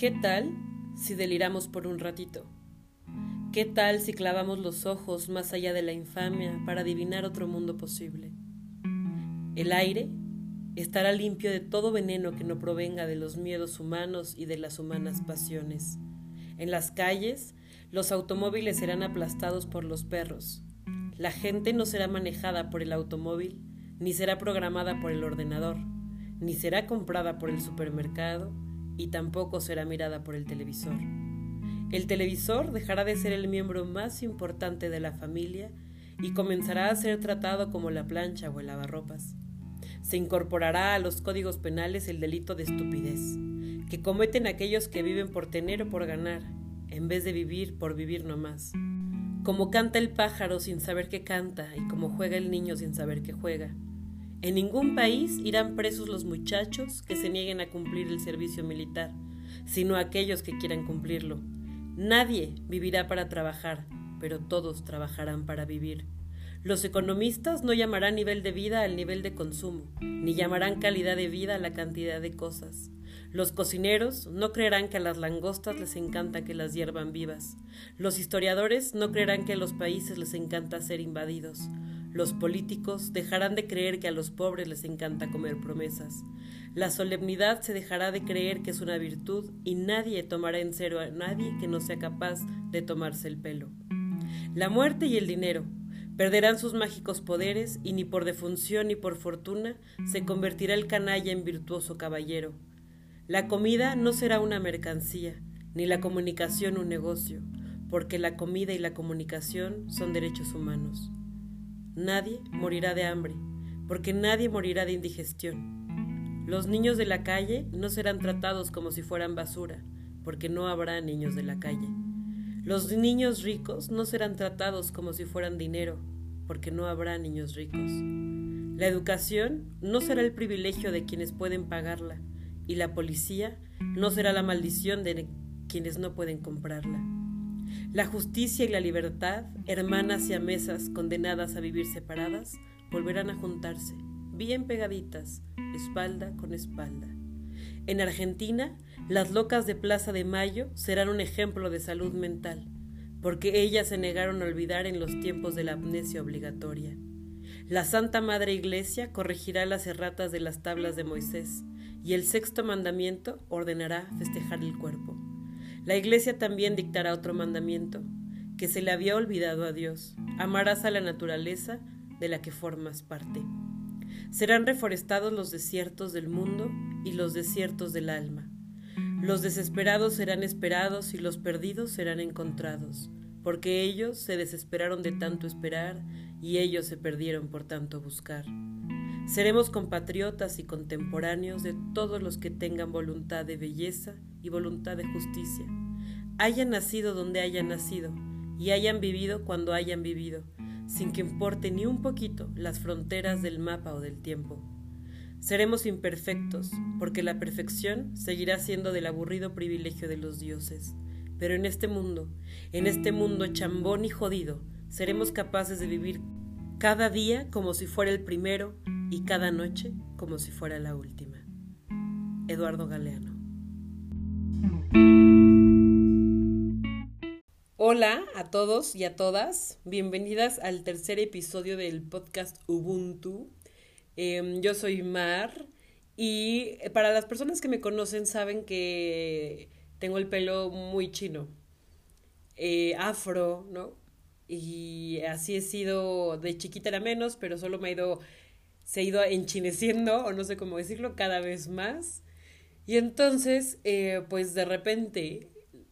¿Qué tal si deliramos por un ratito? ¿Qué tal si clavamos los ojos más allá de la infamia para adivinar otro mundo posible? El aire estará limpio de todo veneno que no provenga de los miedos humanos y de las humanas pasiones. En las calles, los automóviles serán aplastados por los perros. La gente no será manejada por el automóvil, ni será programada por el ordenador, ni será comprada por el supermercado, y tampoco será mirada por el televisor. El televisor dejará de ser el miembro más importante de la familia y comenzará a ser tratado como la plancha o el lavarropas. Se incorporará a los códigos penales el delito de estupidez, que cometen aquellos que viven por tener o por ganar, en vez de vivir por vivir nomás. Como canta el pájaro sin saber que canta y como juega el niño sin saber que juega. En ningún país irán presos los muchachos que se nieguen a cumplir el servicio militar, sino aquellos que quieran cumplirlo. Nadie vivirá para trabajar, pero todos trabajarán para vivir. Los economistas no llamarán nivel de vida al nivel de consumo, ni llamarán calidad de vida a la cantidad de cosas. Los cocineros no creerán que a las langostas les encanta que las hiervan vivas. Los historiadores no creerán que a los países les encanta ser invadidos. Los políticos dejarán de creer que a los pobres les encanta comer promesas. La solemnidad se dejará de creer que es una virtud y nadie tomará en serio a nadie que no sea capaz de tomarse el pelo. La muerte y el dinero perderán sus mágicos poderes y ni por defunción ni por fortuna se convertirá el canalla en virtuoso caballero. La comida no será una mercancía, ni la comunicación un negocio, porque la comida y la comunicación son derechos humanos. Nadie morirá de hambre, porque nadie morirá de indigestión. Los niños de la calle no serán tratados como si fueran basura, porque no habrá niños de la calle. Los niños ricos no serán tratados como si fueran dinero, porque no habrá niños ricos. La educación no será el privilegio de quienes pueden pagarla, y la policía no será la maldición de quienes no pueden comprarla. La justicia y la libertad, hermanas siamesas condenadas a vivir separadas, volverán a juntarse, bien pegaditas, espalda con espalda. En Argentina, las locas de Plaza de Mayo serán un ejemplo de salud mental, porque ellas se negaron a olvidar en los tiempos de la amnesia obligatoria. La Santa Madre Iglesia corregirá las erratas de las tablas de Moisés, y el sexto mandamiento ordenará festejar el cuerpo. La Iglesia también dictará otro mandamiento, que se le había olvidado a Dios: amarás a la naturaleza de la que formas parte. Serán reforestados los desiertos del mundo y los desiertos del alma. Los desesperados serán esperados y los perdidos serán encontrados, porque ellos se desesperaron de tanto esperar y ellos se perdieron por tanto buscar. Seremos compatriotas y contemporáneos de todos los que tengan voluntad de belleza y voluntad de justicia, hayan nacido donde hayan nacido y hayan vivido cuando hayan vivido, sin que importe ni un poquito las fronteras del mapa o del tiempo. Seremos imperfectos, porque la perfección seguirá siendo del aburrido privilegio de los dioses, pero en este mundo chambón y jodido, seremos capaces de vivir cada día como si fuera el primero y cada noche como si fuera la última. Eduardo Galeano. Hola a todos y a todas, bienvenidas al tercer episodio del podcast Ubuntu. Yo soy Mar y para las personas que me conocen saben que tengo el pelo muy chino, afro, ¿no? Y así he sido, de chiquita era menos, pero solo se ha ido enchineciendo, o no sé cómo decirlo, cada vez más. Y entonces, pues de repente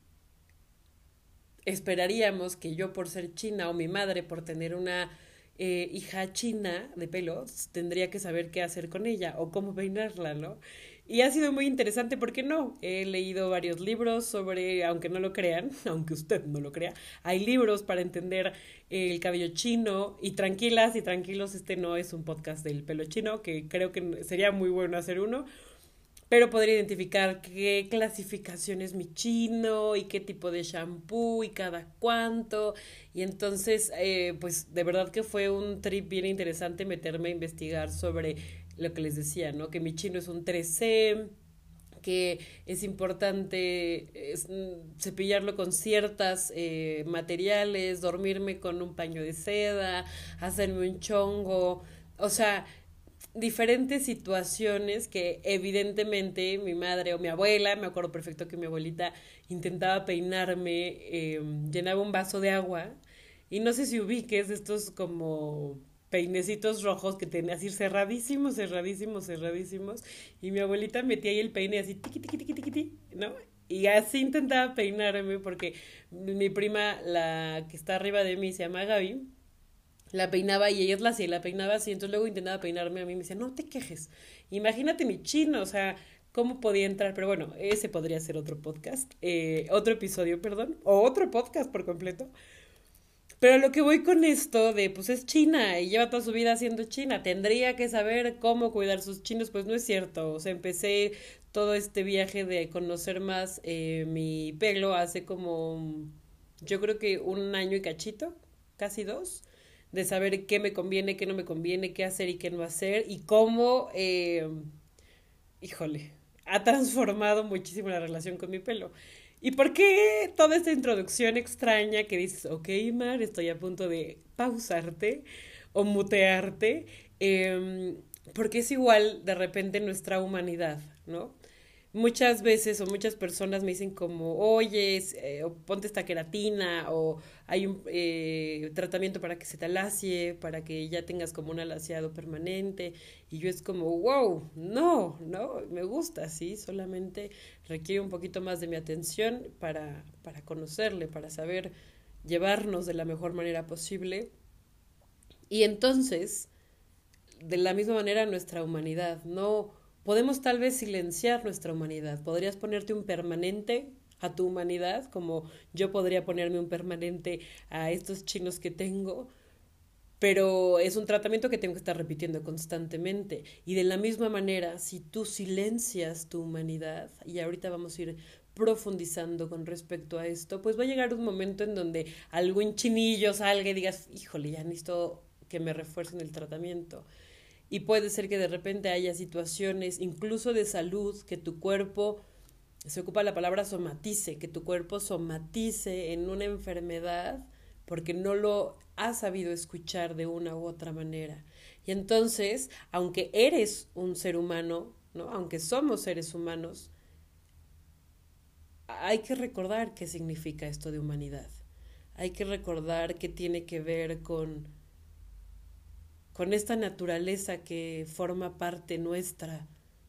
esperaríamos que yo, por ser china, o mi madre por tener una hija china de pelo, tendría que saber qué hacer con ella o cómo peinarla, ¿no? Y ha sido muy interesante porque no, he leído varios libros sobre, aunque no lo crean, aunque usted no lo crea, hay libros para entender el cabello chino. Y tranquilas y tranquilos, este no es un podcast del pelo chino, que creo que sería muy bueno hacer uno, pero podría identificar qué clasificación es mi chino y qué tipo de shampoo y cada cuánto. Y entonces, pues de verdad que fue un trip bien interesante meterme a investigar sobre lo que les decía, ¿no? Que mi chino es un 3C, que es importante cepillarlo con ciertas materiales, dormirme con un paño de seda, hacerme un chongo, o sea, diferentes situaciones que evidentemente mi madre o mi abuela, me acuerdo perfecto que mi abuelita intentaba peinarme, llenaba un vaso de agua y no sé si ubiques estos como peinecitos rojos que tenían así cerradísimos, cerradísimos, cerradísimos y mi abuelita metía ahí el peine así tiqui, tiqui, tiqui, tiqui, tiqui, ¿no? Y así intentaba peinarme porque mi prima, la que está arriba de mí, se llama Gaby, la peinaba y ella es la hacía, la peinaba así, entonces luego intentaba peinarme a mí y me decía, no te quejes, imagínate mi chino, o sea, cómo podía entrar, pero bueno, ese podría ser otro podcast, otro episodio, perdón, o otro podcast por completo. Pero lo que voy con esto de, pues es China y lleva toda su vida siendo China, tendría que saber cómo cuidar sus chinos, pues no es cierto. O sea, empecé todo este viaje de conocer más mi pelo hace como, yo creo que un año y cachito, casi dos, de saber qué me conviene, qué no me conviene, qué hacer y qué no hacer y cómo, híjole, ha transformado muchísimo la relación con mi pelo. ¿Y por qué toda esta introducción extraña que dices, ok, Mar, estoy a punto de pausarte o mutearte? Porque es igual de repente nuestra humanidad, ¿no? Muchas veces o muchas personas me dicen como, oye, o ponte esta queratina o hay un tratamiento para que se te alacie, para que ya tengas como un alaciado permanente. Y yo es como, wow, no, no, me gusta, sí, solamente requiere un poquito más de mi atención para conocerle, para saber llevarnos de la mejor manera posible. Y entonces, de la misma manera, nuestra humanidad, no podemos tal vez silenciar nuestra humanidad. Podrías ponerte un permanente a tu humanidad, como yo podría ponerme un permanente a estos chinos que tengo, pero es un tratamiento que tengo que estar repitiendo constantemente. Y de la misma manera, si tú silencias tu humanidad, y ahorita vamos a ir profundizando con respecto a esto, pues va a llegar un momento en donde algún chinillo salga y digas, híjole, ya necesito que me refuercen el tratamiento. Y puede ser que de repente haya situaciones, incluso de salud, que tu cuerpo, se ocupa la palabra somatice, que tu cuerpo somatice en una enfermedad porque no lo has sabido escuchar de una u otra manera. Y entonces, aunque eres un ser humano, ¿no? Aunque somos seres humanos, hay que recordar qué significa esto de humanidad. Hay que recordar qué tiene que ver con esta naturaleza que forma parte nuestra.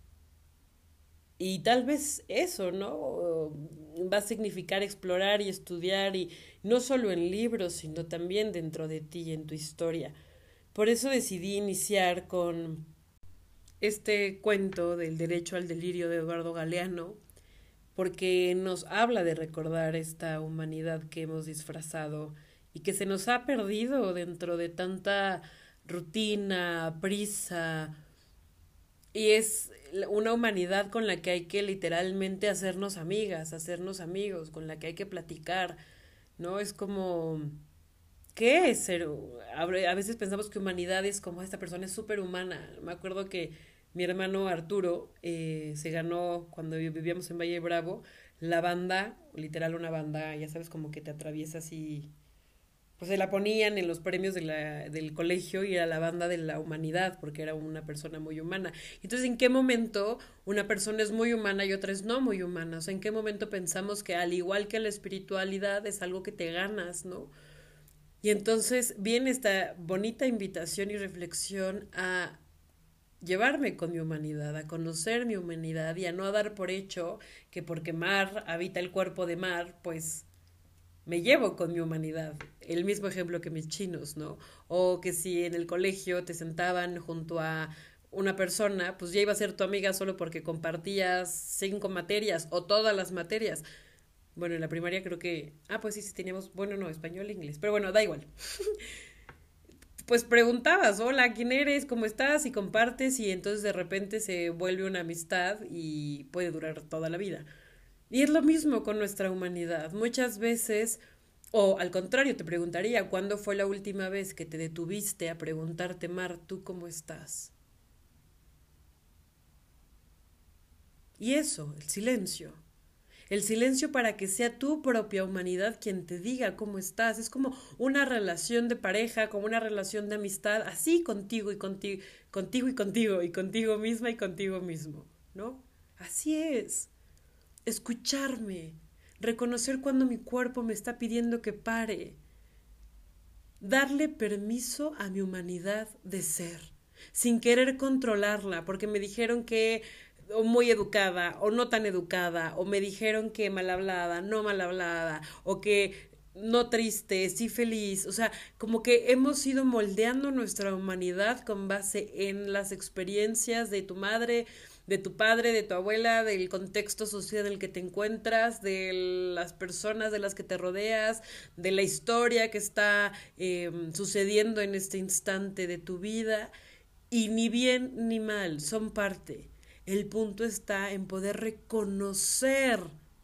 Y tal vez eso, ¿no? Va a significar explorar y estudiar y no solo en libros, sino también dentro de ti y en tu historia. Por eso decidí iniciar con este cuento del derecho al delirio de Eduardo Galeano, porque nos habla de recordar esta humanidad que hemos disfrazado y que se nos ha perdido dentro de tanta rutina, prisa, y es una humanidad con la que hay que literalmente hacernos amigas, hacernos amigos, con la que hay que platicar, ¿no? Es como, ¿qué es ser? A veces pensamos que humanidad es como esta persona es súper humana. Me acuerdo que mi hermano Arturo se ganó cuando vivíamos en Valle Bravo la banda, literal una banda, ya sabes, como que te atraviesas y pues se la ponían en los premios del colegio y era la banda de la humanidad, porque era una persona muy humana. Entonces, ¿en qué momento una persona es muy humana y otra es no muy humana? O sea, ¿en qué momento pensamos que al igual que la espiritualidad es algo que te ganas, ¿no? Y entonces viene esta bonita invitación y reflexión a llevarme con mi humanidad, a conocer mi humanidad y a no dar por hecho que porque Mar habita el cuerpo de Mar, pues me llevo con mi humanidad. El mismo ejemplo que mis chinos, ¿no? O que si en el colegio te sentaban junto a una persona, pues ya iba a ser tu amiga solo porque compartías 5 materias o todas las materias. Bueno, en la primaria creo que, pues sí, sí teníamos, bueno, no, español e inglés, pero bueno, da igual. Pues preguntabas, hola, ¿quién eres? ¿Cómo estás? Y compartes y entonces de repente se vuelve una amistad y puede durar toda la vida. Y es lo mismo con nuestra humanidad. Muchas veces, o al contrario, te preguntaría, ¿cuándo fue la última vez que te detuviste a preguntarte, Mar, ¿tú cómo estás? Y eso, el silencio. El silencio para que sea tu propia humanidad quien te diga cómo estás. Es como una relación de pareja, como una relación de amistad, así contigo y contigo, contigo y contigo, y contigo misma y contigo mismo, ¿no? Así es. Escucharme, reconocer cuando mi cuerpo me está pidiendo que pare, darle permiso a mi humanidad de ser, sin querer controlarla, porque me dijeron que o muy educada o no tan educada, o me dijeron que mal hablada, no mal hablada, o que no triste, sí feliz, o sea, como que hemos ido moldeando nuestra humanidad con base en las experiencias de tu madre, de tu padre, de tu abuela, del contexto social en el que te encuentras, de las personas de las que te rodeas, de la historia que está sucediendo en este instante de tu vida. Y ni bien ni mal, son parte. El punto está en poder reconocer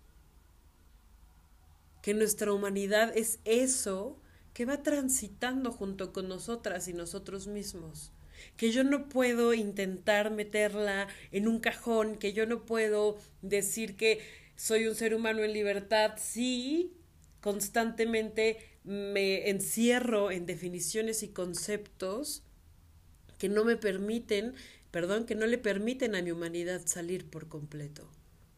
que nuestra humanidad es eso que va transitando junto con nosotras y nosotros mismos. Que yo no puedo intentar meterla en un cajón, que yo no puedo decir que soy un ser humano en libertad si constantemente me encierro en definiciones y conceptos que no me permiten, perdón, que no le permiten a mi humanidad salir por completo.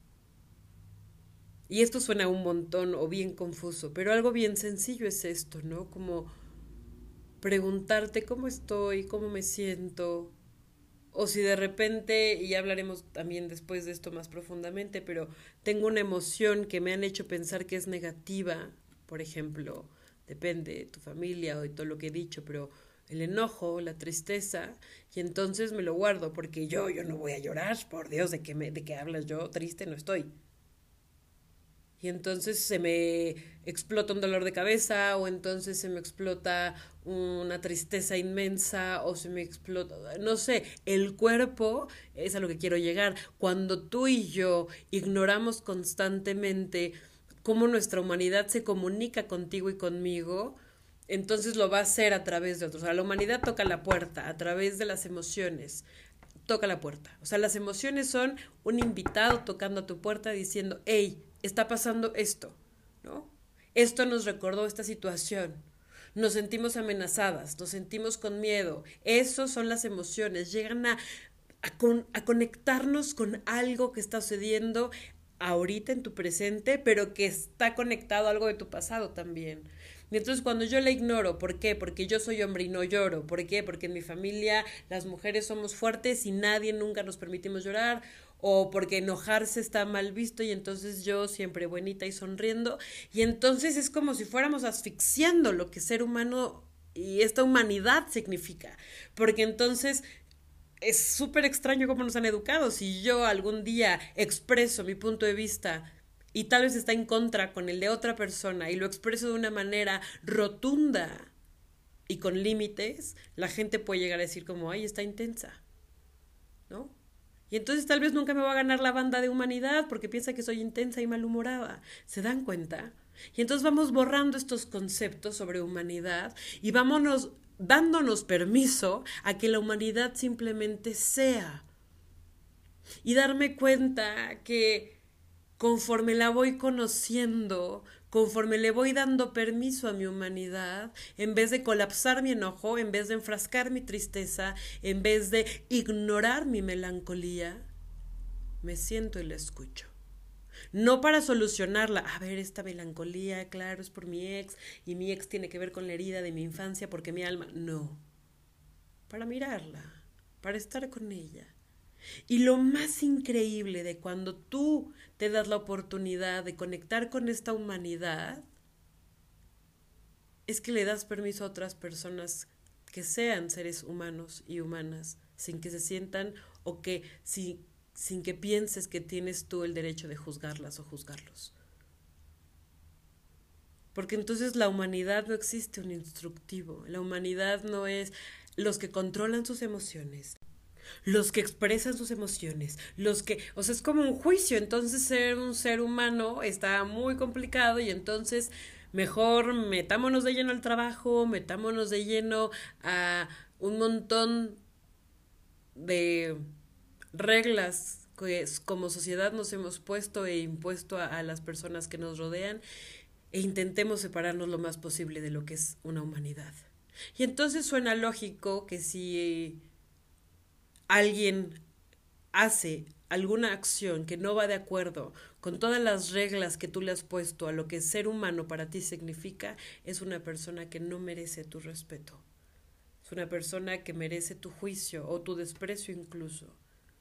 Y esto suena un montón o bien confuso, pero algo bien sencillo es esto, ¿no? Como preguntarte cómo estoy, cómo me siento, o si de repente, y ya hablaremos también después de esto más profundamente, pero tengo una emoción que me han hecho pensar que es negativa, por ejemplo, depende de tu familia o de todo lo que he dicho, pero el enojo, la tristeza, y entonces me lo guardo porque yo no voy a llorar, por Dios, de qué hablas yo, triste no estoy. Y entonces se me explota un dolor de cabeza o entonces se me explota una tristeza inmensa o se me explota, no sé, el cuerpo es a lo que quiero llegar. Cuando tú y yo ignoramos constantemente cómo nuestra humanidad se comunica contigo y conmigo, entonces lo va a hacer a través de otros. O sea, la humanidad toca la puerta a través de las emociones. Toca la puerta. O sea, las emociones son un invitado tocando a tu puerta diciendo, hey, está pasando esto, ¿no? Esto nos recordó esta situación. Nos sentimos amenazadas, nos sentimos con miedo. Esas son las emociones. Llegan a conectarnos con algo que está sucediendo ahorita en tu presente, pero que está conectado a algo de tu pasado también. Y entonces cuando yo la ignoro, ¿por qué? Porque yo soy hombre y no lloro. ¿Por qué? Porque en mi familia las mujeres somos fuertes y nadie nunca nos permitimos llorar. O porque enojarse está mal visto y entonces yo siempre buenita y sonriendo. Y entonces es como si fuéramos asfixiando lo que ser humano y esta humanidad significa. Porque entonces es súper extraño cómo nos han educado. Si yo algún día expreso mi punto de vista y tal vez está en contra con el de otra persona y lo expreso de una manera rotunda y con límites, la gente puede llegar a decir como, ay, está intensa, ¿no? Y entonces tal vez nunca me va a ganar la banda de humanidad porque piensa que soy intensa y malhumorada. ¿Se dan cuenta? Y entonces vamos borrando estos conceptos sobre humanidad y vámonos dándonos permiso a que la humanidad simplemente sea. Y darme cuenta que conforme la voy conociendo, conforme le voy dando permiso a mi humanidad, en vez de colapsar mi enojo, en vez de enfrascar mi tristeza, en vez de ignorar mi melancolía, me siento y la escucho. No para solucionarla, a ver, esta melancolía, claro, es por mi ex, y mi ex tiene que ver con la herida de mi infancia porque mi alma, no, para mirarla, para estar con ella. Y lo más increíble de cuando tú te das la oportunidad de conectar con esta humanidad es que le das permiso a otras personas que sean seres humanos y humanas, sin que se sientan o que sin que pienses que tienes tú el derecho de juzgarlas o juzgarlos. Porque entonces la humanidad no existe un instructivo, la humanidad no es los que controlan sus emociones, los que expresan sus emociones, los que, o sea, es como un juicio, entonces ser un ser humano está muy complicado y entonces mejor metámonos de lleno al trabajo, metámonos de lleno a un montón de reglas que como sociedad nos hemos puesto e impuesto a las personas que nos rodean, e intentemos separarnos lo más posible de lo que es una humanidad. Y entonces suena lógico que si alguien hace alguna acción que no va de acuerdo con todas las reglas que tú le has puesto a lo que ser humano para ti significa, es una persona que no merece tu respeto. Es una persona que merece tu juicio o tu desprecio incluso.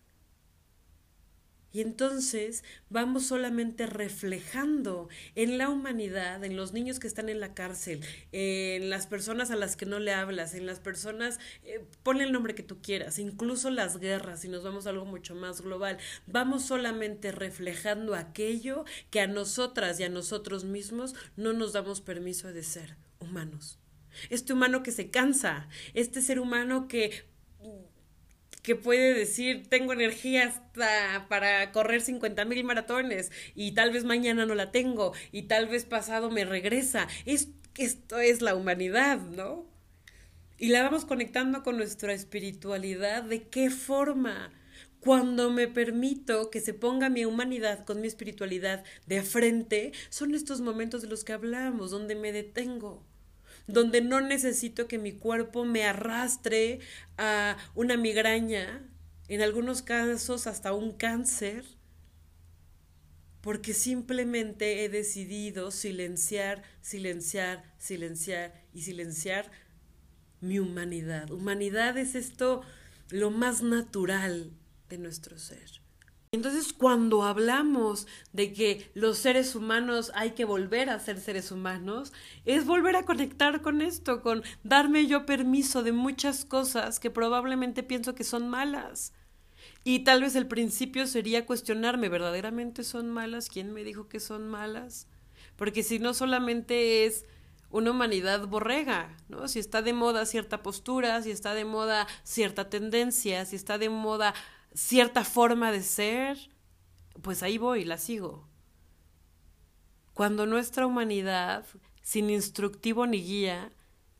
Y entonces vamos solamente reflejando en la humanidad, en los niños que están en la cárcel, en las personas a las que no le hablas, en las personas, ponle el nombre que tú quieras, incluso las guerras, si nos vamos a algo mucho más global, vamos solamente reflejando aquello que a nosotras y a nosotros mismos no nos damos permiso de ser humanos. Este humano que se cansa, este ser humano que puede decir, tengo energía hasta para correr 50,000 maratones y tal vez mañana no la tengo y tal vez pasado me regresa. Esto es la humanidad, ¿no? Y la vamos conectando con nuestra espiritualidad. ¿De qué forma? Cuando me permito que se ponga mi humanidad con mi espiritualidad de frente, son estos momentos de los que hablamos, donde me detengo, donde no necesito que mi cuerpo me arrastre a una migraña, en algunos casos hasta un cáncer, porque simplemente he decidido silenciar, silenciar, silenciar y silenciar mi humanidad. Humanidad es esto, lo más natural de nuestro ser. Entonces, cuando hablamos de que los seres humanos hay que volver a ser seres humanos, es volver a conectar con esto, con darme yo permiso de muchas cosas que probablemente pienso que son malas. Y tal vez el principio sería cuestionarme, ¿verdaderamente son malas? ¿Quién me dijo que son malas? Porque si no solamente es una humanidad borrega, ¿no? Si está de moda cierta postura, si está de moda cierta tendencia, si está de moda cierta forma de ser, pues ahí voy, la sigo. Cuando nuestra humanidad, sin instructivo ni guía,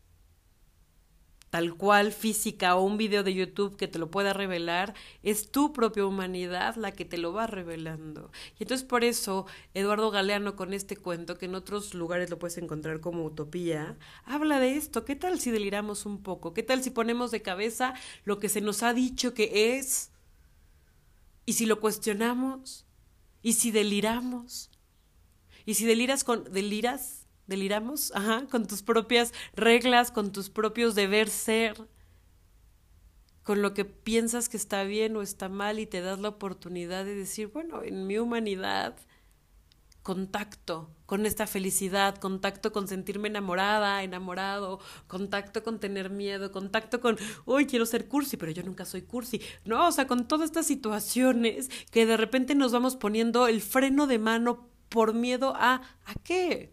tal cual física o un video de YouTube que te lo pueda revelar, es tu propia humanidad la que te lo va revelando. Y entonces por eso Eduardo Galeano, con este cuento, que en otros lugares lo puedes encontrar como Utopía, habla de esto. ¿Qué tal si deliramos un poco? ¿Qué tal si ponemos de cabeza lo que se nos ha dicho que es? ¿Y si lo cuestionamos? ¿Y si deliramos? ¿Y si deliramos? Ajá, con tus propias reglas, con tus propios deber ser, con lo que piensas que está bien o está mal y te das la oportunidad de decir, bueno, en mi humanidad, contacto con esta felicidad, contacto con sentirme enamorada, enamorado, contacto con tener miedo, contacto con, uy, quiero ser cursi, pero yo nunca soy cursi. No, o sea, con todas estas situaciones que de repente nos vamos poniendo el freno de mano por miedo ¿a qué?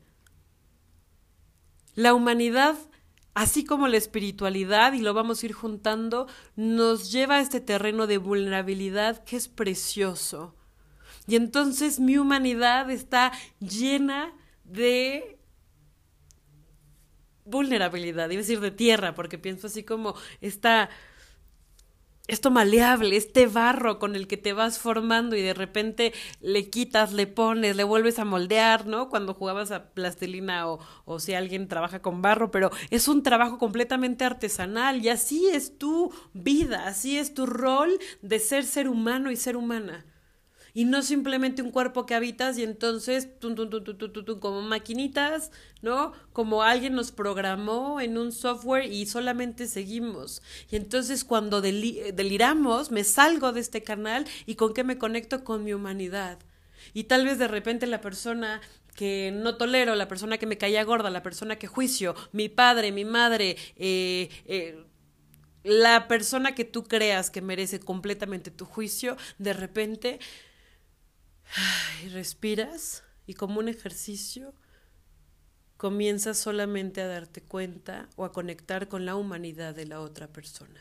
La humanidad, así como la espiritualidad, y lo vamos a ir juntando, nos lleva a este terreno de vulnerabilidad que es precioso. Y entonces mi humanidad está llena de vulnerabilidad, iba a decir de tierra, porque pienso así como esto maleable, este barro con el que te vas formando y de repente le quitas, le pones, le vuelves a moldear, ¿no? Cuando jugabas a plastilina o si alguien trabaja con barro, pero es un trabajo completamente artesanal y así es tu vida, así es tu rol de ser humano y ser humana. Y no simplemente un cuerpo que habitas y entonces, como maquinitas, ¿no? Como alguien nos programó en un software y solamente seguimos. Y entonces cuando deliramos, me salgo de este canal y ¿con qué me conecto? Con mi humanidad. Y tal vez de repente la persona que no tolero, la persona que me caía gorda, la persona que juicio, mi padre, mi madre, la persona que tú creas que merece completamente tu juicio, de repente respiras y como un ejercicio comienzas solamente a darte cuenta o a conectar con la humanidad de la otra persona.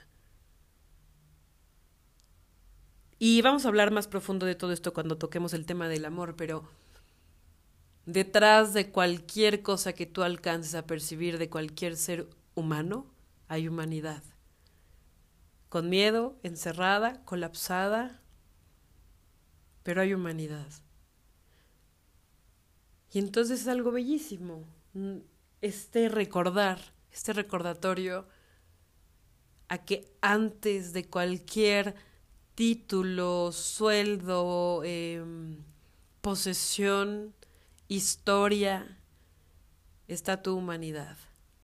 Y vamos a hablar más profundo de todo esto cuando toquemos el tema del amor, pero detrás de cualquier cosa que tú alcances a percibir de cualquier ser humano, hay humanidad. Con miedo, encerrada, colapsada, pero hay humanidad. Y entonces es algo bellísimo, este recordatorio a que antes de cualquier título, sueldo, posesión, historia, está tu humanidad.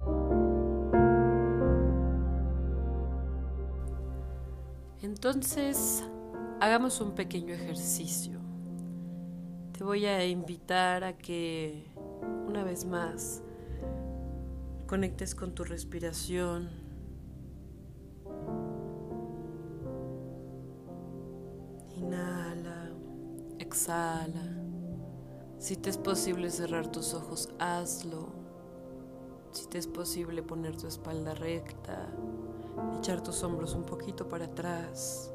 Entonces, hagamos un pequeño ejercicio. Te voy a invitar a que, una vez más, conectes con tu respiración. Inhala, exhala. Si te es posible cerrar tus ojos, hazlo. Si te es posible poner tu espalda recta, echar tus hombros un poquito para atrás,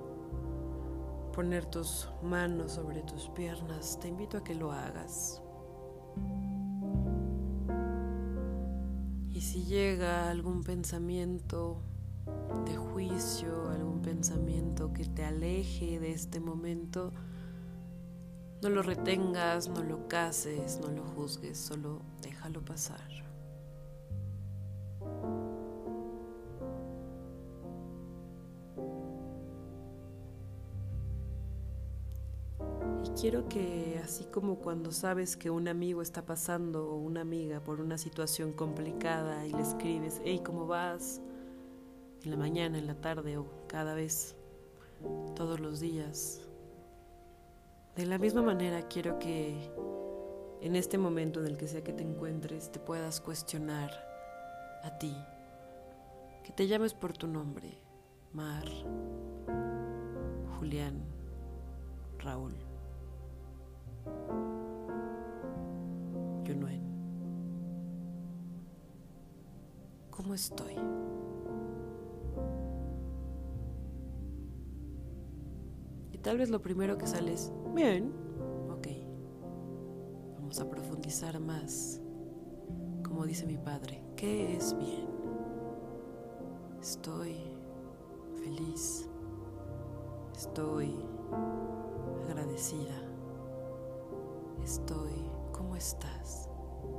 poner tus manos sobre tus piernas, te invito a que lo hagas. Y si llega algún pensamiento de juicio, algún pensamiento que te aleje de este momento, no lo retengas, no lo cases, no lo juzgues, solo déjalo pasar. Y quiero que, así como cuando sabes que un amigo está pasando o una amiga por una situación complicada y le escribes, hey, ¿cómo vas? En la mañana, en la tarde o cada vez, todos los días. De la misma manera quiero que en este momento en el que sea que te encuentres te puedas cuestionar a ti, que te llames por tu nombre, Mar, Julián, Raúl, Yunuen. ¿Cómo estoy? Y tal vez lo primero que sale es, bien, ok. Vamos a profundizar más. Como dice mi padre, ¿qué es bien? Estoy feliz. Estoy agradecida. ¿Cómo estás?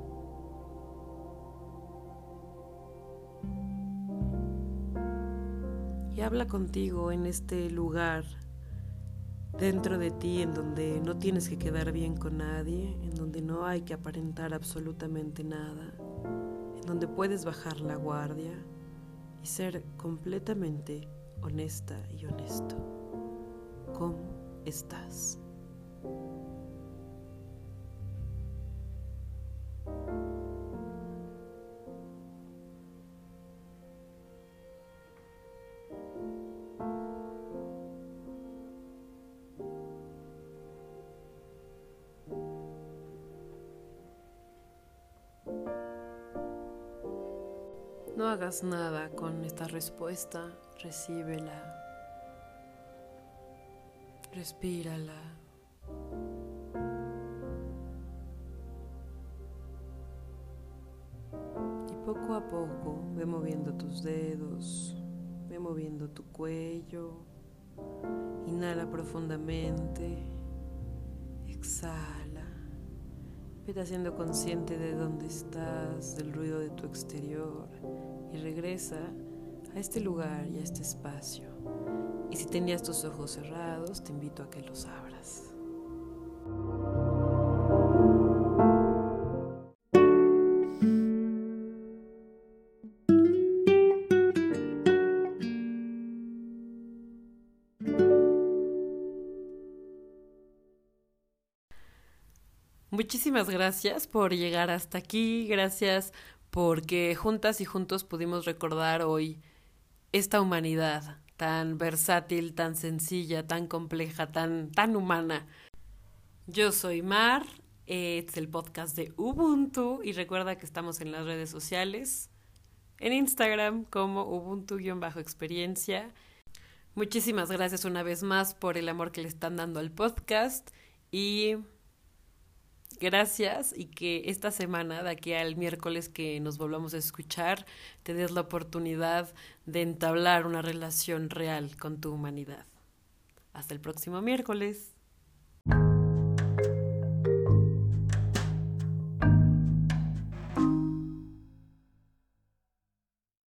Y habla contigo en este lugar dentro de ti en donde no tienes que quedar bien con nadie, en donde no hay que aparentar absolutamente nada, en donde puedes bajar la guardia y ser completamente honesta y honesto. ¿Cómo estás? No hagas nada con esta respuesta, recíbela, respírala. Y poco a poco ve moviendo tus dedos, ve moviendo tu cuello, inhala profundamente, exhala. Vete haciendo consciente de dónde estás, del ruido de tu exterior y regresa a este lugar y a este espacio. Y si tenías tus ojos cerrados, te invito a que los abras. Muchísimas gracias por llegar hasta aquí, gracias porque juntas y juntos pudimos recordar hoy esta humanidad tan versátil, tan sencilla, tan compleja, tan humana. Yo soy Mar, este es el podcast de Ubuntu y recuerda que estamos en las redes sociales, en Instagram como Ubuntu-experiencia. Muchísimas gracias una vez más por el amor que le están dando al podcast y gracias, y que esta semana, de aquí al miércoles que nos volvamos a escuchar, te des la oportunidad de entablar una relación real con tu humanidad. Hasta el próximo miércoles.